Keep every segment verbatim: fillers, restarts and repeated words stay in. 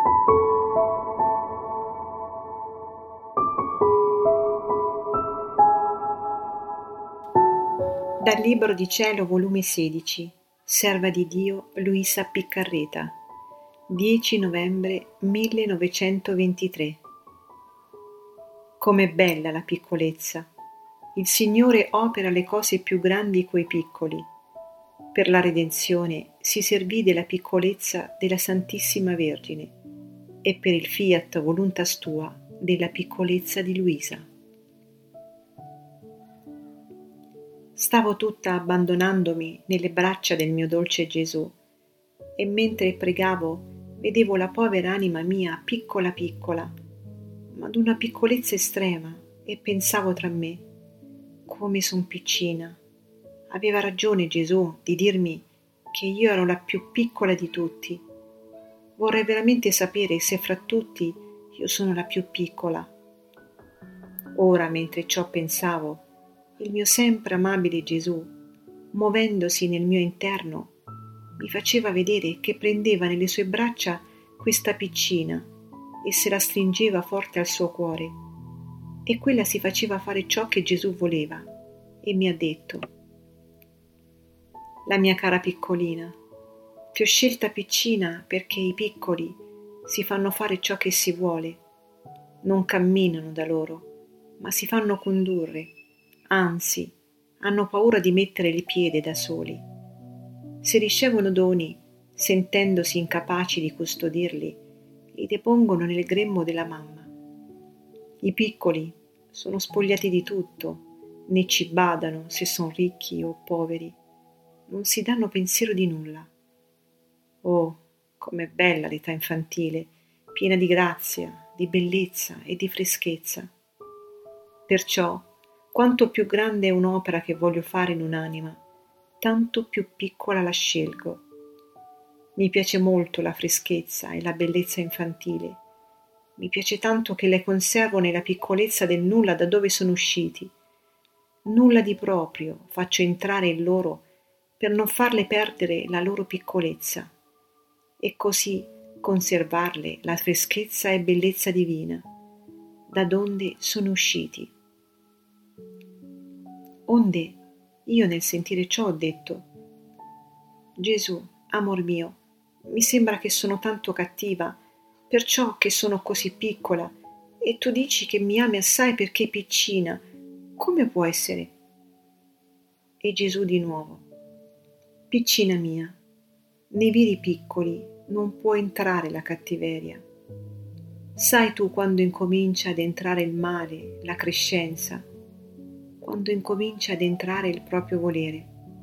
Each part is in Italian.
Dal Libro di Cielo, volume sedici, Serva di Dio Luisa Piccarreta, dieci novembre millenovecentoventitré. Com'è bella la piccolezza! Il Signore opera le cose più grandi coi piccoli. Per la redenzione si servì della piccolezza della Santissima Vergine e per il fiat voluntas tua della piccolezza di Luisa. Stavo tutta abbandonandomi nelle braccia del mio dolce Gesù e mentre pregavo vedevo la povera anima mia piccola piccola, ma d'una piccolezza estrema, e pensavo tra me: come son piccina. Aveva ragione Gesù di dirmi che io ero la più piccola di tutti. Vorrei veramente sapere se fra tutti io sono la più piccola. Ora, mentre ciò pensavo, il mio sempre amabile Gesù, muovendosi nel mio interno, mi faceva vedere che prendeva nelle sue braccia questa piccina e se la stringeva forte al suo cuore, e quella si faceva fare ciò che Gesù voleva, e mi ha detto: la mia cara piccolina, ti ho scelta piccina perché i piccoli si fanno fare ciò che si vuole, non camminano da loro, ma si fanno condurre. Anzi, hanno paura di mettere il piede da soli. Se ricevono doni, sentendosi incapaci di custodirli, li depongono nel grembo della mamma. I piccoli sono spogliati di tutto, né ci badano se sono ricchi o poveri, non si danno pensiero di nulla. Oh, com'è bella l'età infantile, piena di grazia, di bellezza e di freschezza. Perciò, quanto più grande è un'opera che voglio fare in un'anima, tanto più piccola la scelgo. Mi piace molto la freschezza e la bellezza infantile. Mi piace tanto che le conservo nella piccolezza del nulla da dove sono usciti. Nulla di proprio faccio entrare in loro per non farle perdere la loro piccolezza e così conservarle la freschezza e bellezza divina, da donde sono usciti. Onde io nel sentire ciò ho detto: Gesù, amor mio, mi sembra che sono tanto cattiva, perciò che sono così piccola, e tu dici che mi ami assai perché piccina. Come può essere? E Gesù di nuovo: piccina mia, nei viri piccoli non può entrare la cattiveria. Sai tu quando incomincia ad entrare il male, la crescenza, quando incomincia ad entrare il proprio volere.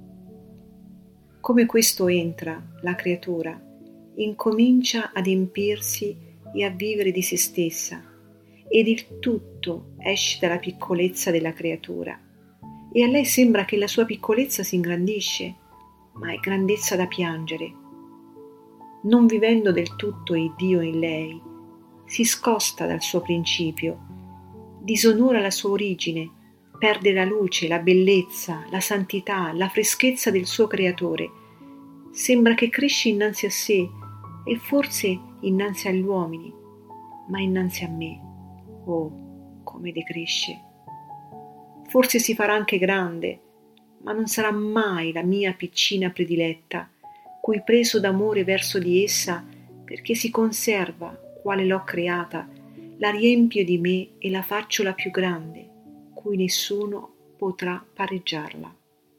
Come questo entra, la creatura incomincia ad empirsi e a vivere di se stessa, ed il tutto esce dalla piccolezza della creatura, e a lei sembra che la sua piccolezza si ingrandisce, ma è grandezza da piangere. Non vivendo del tutto il Dio in lei, si scosta dal suo principio, disonora la sua origine, perde la luce, la bellezza, la santità, la freschezza del suo creatore. Sembra che cresce innanzi a sé e forse innanzi agli uomini, ma innanzi a me, oh, come decresce. Forse si farà anche grande, ma non sarà mai la mia piccina prediletta, cui preso d'amore verso di essa, perché si conserva, quale l'ho creata, la riempio di me e la faccio la più grande, cui nessuno potrà pareggiarla.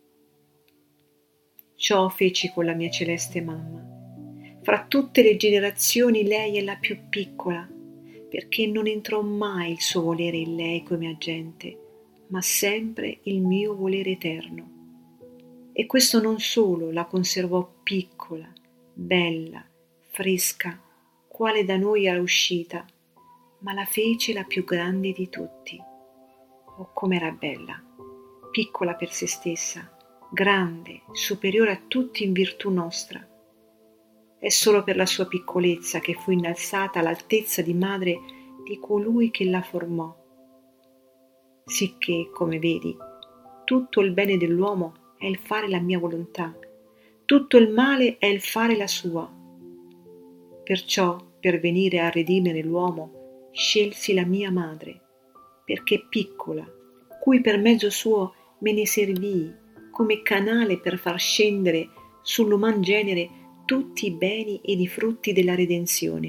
Ciò feci con la mia celeste mamma. Fra tutte le generazioni lei è la più piccola, perché non entrò mai il suo volere in lei come agente, ma sempre il mio volere eterno. E questo non solo la conservò piccola, bella, fresca, quale da noi era uscita, ma la fece la più grande di tutti. Oh, com'era bella, piccola per se stessa, grande, superiore a tutti in virtù nostra. È solo per la sua piccolezza che fu innalzata all'altezza di madre di colui che la formò. Sicché, come vedi, tutto il bene dell'uomo è il fare la mia volontà, tutto il male è il fare la sua. Perciò per venire a redimere l'uomo, scelsi la mia madre, perché piccola, cui per mezzo suo me ne servii come canale per far scendere sull'uman genere tutti i beni ed i frutti della redenzione.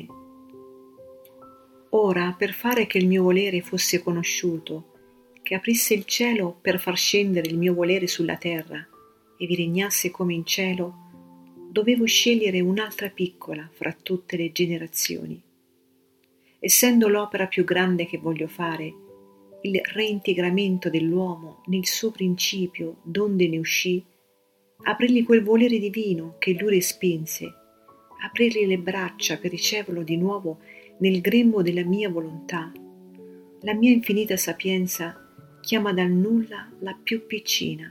Ora, per fare che il mio volere fosse conosciuto, che aprisse il cielo per far scendere il mio volere sulla terra e vi regnasse come in cielo, dovevo scegliere un'altra piccola fra tutte le generazioni. Essendo l'opera più grande che voglio fare, il reintegramento dell'uomo nel suo principio donde ne uscì, aprirgli quel volere divino che lui respinse, aprirgli le braccia per riceverlo di nuovo nel grembo della mia volontà. La mia infinita sapienza chiama dal nulla la più piccina.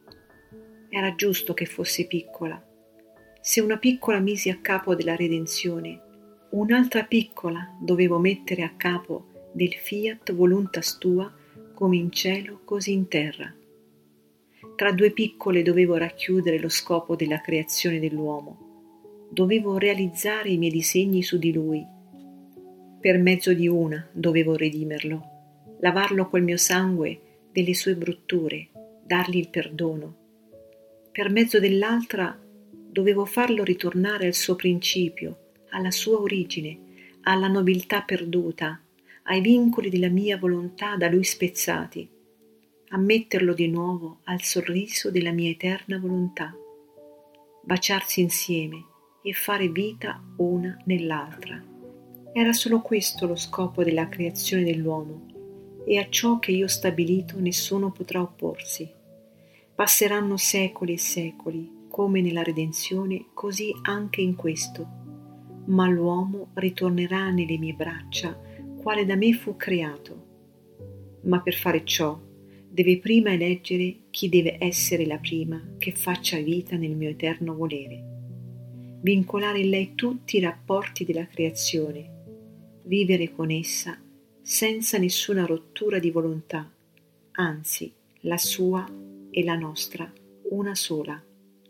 Era giusto che fosse piccola. Se una piccola misi a capo della redenzione, un'altra piccola dovevo mettere a capo del fiat voluntas tua, come in cielo così in terra. Tra due piccole dovevo racchiudere lo scopo della creazione dell'uomo. Dovevo realizzare i miei disegni su di lui. Per mezzo di una dovevo redimerlo, lavarlo col mio sangue delle sue brutture, dargli il perdono. Per mezzo dell'altra dovevo farlo ritornare al suo principio, alla sua origine, alla nobiltà perduta, ai vincoli della mia volontà da lui spezzati, a metterlo di nuovo al sorriso della mia eterna volontà, baciarsi insieme e fare vita una nell'altra. Era solo questo lo scopo della creazione dell'uomo, e a ciò che io ho stabilito nessuno potrà opporsi. Passeranno secoli e secoli, come nella redenzione, così anche in questo, ma l'uomo ritornerà nelle mie braccia, quale da me fu creato. Ma per fare ciò deve prima eleggere chi deve essere la prima che faccia vita nel mio eterno volere, vincolare in lei tutti i rapporti della creazione, vivere con essa senza nessuna rottura di volontà, anzi la sua e la nostra una sola.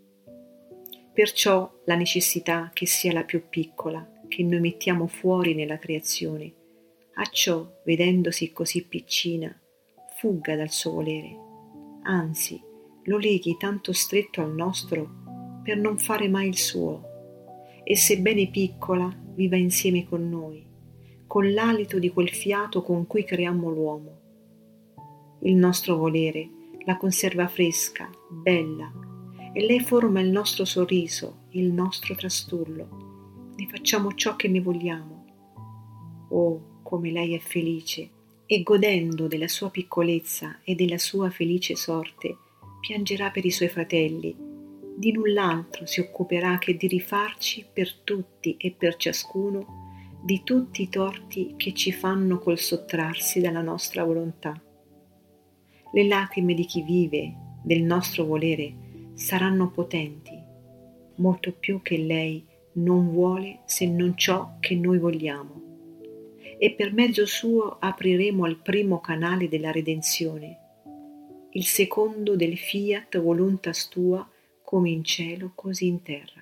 Perciò la necessità che sia la più piccola che noi mettiamo fuori nella creazione, acciò, vedendosi così piccina, fugga dal suo volere, anzi lo leghi tanto stretto al nostro per non fare mai il suo, e sebbene piccola viva insieme con noi, con l'alito di quel fiato con cui creammo l'uomo. Il nostro volere la conserva fresca, bella, e lei forma il nostro sorriso, il nostro trastullo. Ne facciamo ciò che ne vogliamo. Oh, come lei è felice, e godendo della sua piccolezza e della sua felice sorte, piangerà per i suoi fratelli. Di null'altro si occuperà che di rifarci per tutti e per ciascuno di tutti i torti che ci fanno col sottrarsi dalla nostra volontà. Le lacrime di chi vive del nostro volere saranno potenti, molto più che lei non vuole se non ciò che noi vogliamo, e per mezzo suo apriremo al primo canale della redenzione, il secondo del fiat voluntas tua, come in cielo così in terra.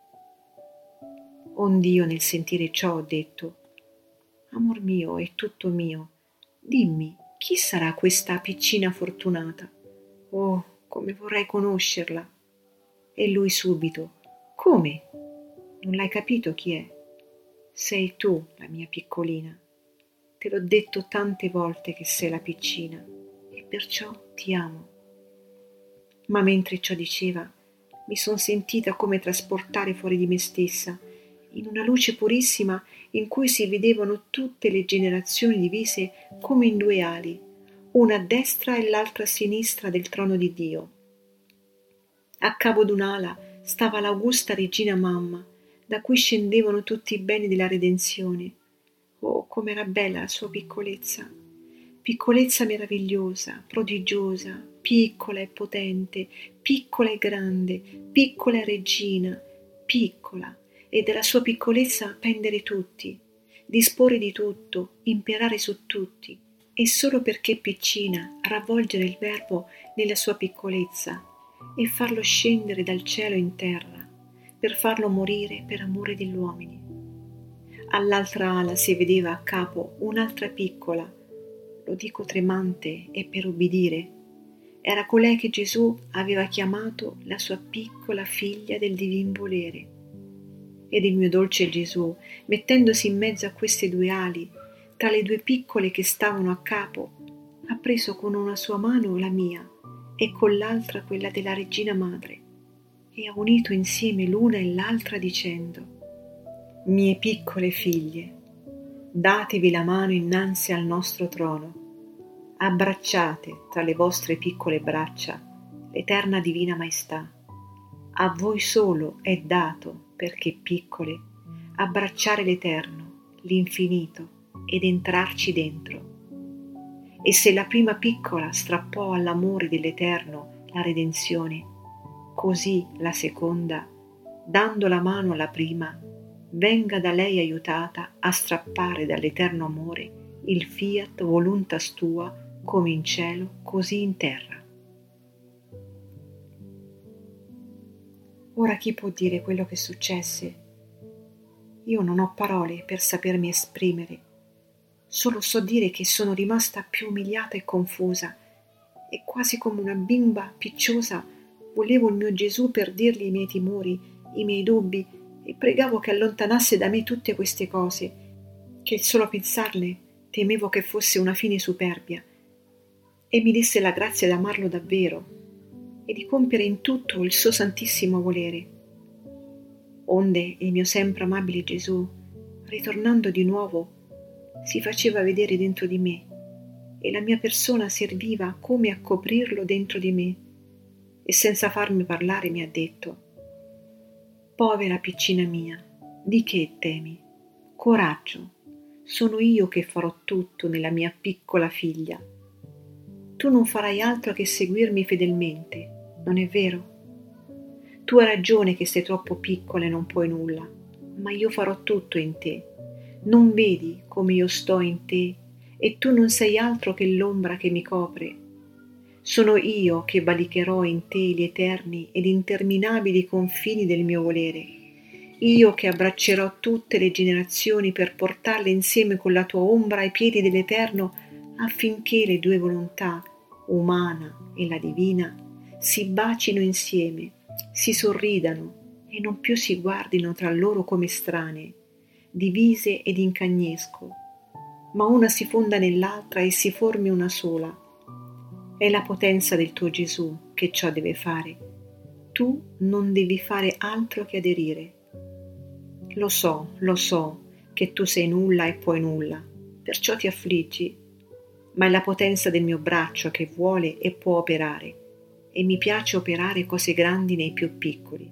Ond'io nel sentire ciò ho detto: amor mio e tutto mio, dimmi, chi sarà questa piccina fortunata? Oh, come vorrei conoscerla! E lui subito: come? Non l'hai capito chi è? Sei tu, la mia piccolina. Te l'ho detto tante volte che sei la piccina, e perciò ti amo. Ma mentre ciò diceva, mi son sentita come trasportare fuori di me stessa, in una luce purissima in cui si vedevano tutte le generazioni divise come in due ali, una a destra e l'altra a sinistra del trono di Dio. A capo d'un'ala stava l'augusta regina mamma, da cui scendevano tutti i beni della redenzione. Oh, com'era bella la sua piccolezza! Piccolezza meravigliosa, prodigiosa, piccola e potente, piccola e grande, piccola e regina, piccola, e dalla sua piccolezza pendere tutti, disporre di tutto, imperare su tutti, e solo perché piccina ravvolgere il Verbo nella sua piccolezza e farlo scendere dal cielo in terra, per farlo morire per amore degli uomini. All'altra ala si vedeva a capo un'altra piccola, lo dico tremante e per ubbidire. Era colei che Gesù aveva chiamato la sua piccola figlia del divin volere. Ed il mio dolce Gesù, mettendosi in mezzo a queste due ali, tra le due piccole che stavano a capo, ha preso con una sua mano la mia e con l'altra quella della Regina Madre e ha unito insieme l'una e l'altra dicendo: mie piccole figlie, datevi la mano innanzi al nostro trono, abbracciate tra le vostre piccole braccia l'eterna divina maestà. A voi solo è dato, perché piccole, abbracciare l'eterno, l'infinito ed entrarci dentro. E se la prima piccola strappò all'amore dell'eterno la redenzione, così la seconda, dando la mano alla prima, venga da lei aiutata a strappare dall'eterno amore il fiat voluntas tua, come in cielo, così in terra. Ora chi può dire quello che successe? Io non ho parole per sapermi esprimere, solo so dire che sono rimasta più umiliata e confusa, e quasi come una bimba picciosa volevo il mio Gesù per dirgli i miei timori, i miei dubbi, e pregavo che allontanasse da me tutte queste cose, che il solo pensarle temevo che fosse una fine superbia, e mi desse la grazia d'amarlo davvero e di compiere in tutto il suo santissimo volere. Onde il mio sempre amabile Gesù, ritornando di nuovo, si faceva vedere dentro di me e la mia persona serviva come a coprirlo dentro di me, e senza farmi parlare mi ha detto: povera piccina mia, di che temi? Coraggio, sono io che farò tutto nella mia piccola figlia. Tu non farai altro che seguirmi fedelmente, non è vero? Tu hai ragione che sei troppo piccola e non puoi nulla, ma io farò tutto in te. Non vedi come io sto in te e tu non sei altro che l'ombra che mi copre? Sono io che valicherò in te gli eterni ed interminabili confini del mio volere, io che abbraccerò tutte le generazioni per portarle insieme con la tua ombra ai piedi dell'Eterno, affinché le due volontà, umana e la divina, si bacino insieme, si sorridano e non più si guardino tra loro come estranee, divise ed in cagnesco, ma una si fonda nell'altra e si formi una sola. È la potenza del tuo Gesù che ciò deve fare. Tu non devi fare altro che aderire. Lo so, lo so che tu sei nulla e puoi nulla, perciò ti affliggi, ma è la potenza del mio braccio che vuole e può operare, e mi piace operare cose grandi nei più piccoli.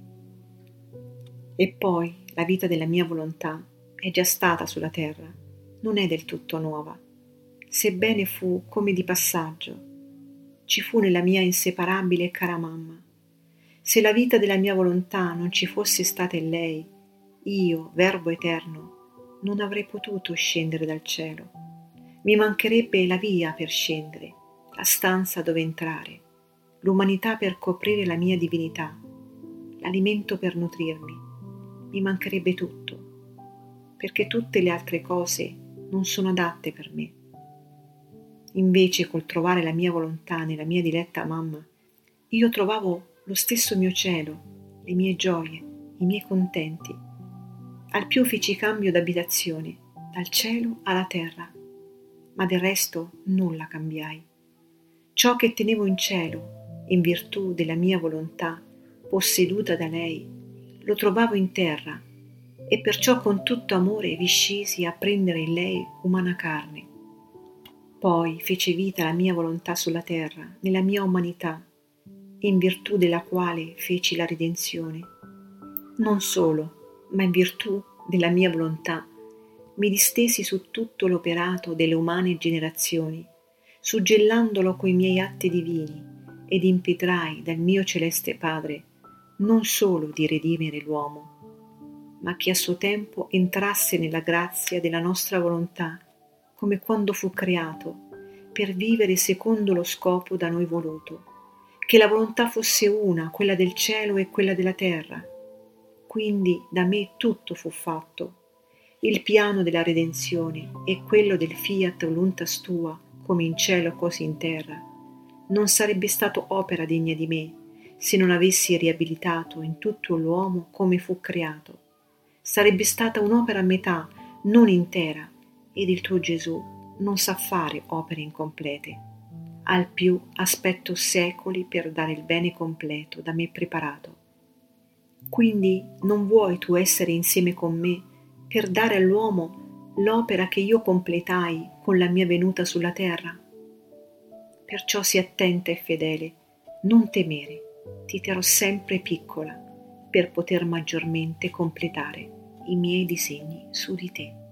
E poi la vita della mia volontà è già stata sulla terra, non è del tutto nuova, sebbene fu come di passaggio. Ci fu nella mia inseparabile e cara mamma. Se la vita della mia volontà non ci fosse stata in lei, io, Verbo eterno, non avrei potuto scendere dal cielo. Mi mancherebbe la via per scendere, la stanza dove entrare, l'umanità per coprire la mia divinità, l'alimento per nutrirmi. Mi mancherebbe tutto, perché tutte le altre cose non sono adatte per me. Invece, col trovare la mia volontà nella mia diletta mamma, io trovavo lo stesso mio cielo, le mie gioie, i miei contenti. Al più feci cambio d'abitazione, dal cielo alla terra, ma del resto nulla cambiai. Ciò che tenevo in cielo, in virtù della mia volontà, posseduta da lei, lo trovavo in terra, e perciò con tutto amore vi scesi a prendere in lei umana carne. Poi fece vita la mia volontà sulla terra, nella mia umanità, in virtù della quale feci la redenzione. Non solo, ma in virtù della mia volontà mi distesi su tutto l'operato delle umane generazioni, suggellandolo coi miei atti divini, ed impedrai dal mio celeste Padre non solo di redimere l'uomo, ma che a suo tempo entrasse nella grazia della nostra volontà, come quando fu creato, per vivere secondo lo scopo da noi voluto, che la volontà fosse una, quella del cielo e quella della terra. Quindi da me tutto fu fatto, Il piano della redenzione è quello del fiat voluntas tua, come in cielo così in terra. Non sarebbe stato opera degna di me se non avessi riabilitato in tutto l'uomo come fu creato. Sarebbe stata un'opera a metà, non intera, ed il tuo Gesù non sa fare opere incomplete. Al più aspetto secoli per dare il bene completo da me preparato. Quindi non vuoi tu essere insieme con me per dare all'uomo l'opera che io completai con la mia venuta sulla terra? Perciò sii attenta e fedele, non temere, ti terrò sempre piccola per poter maggiormente completare i miei disegni su di te.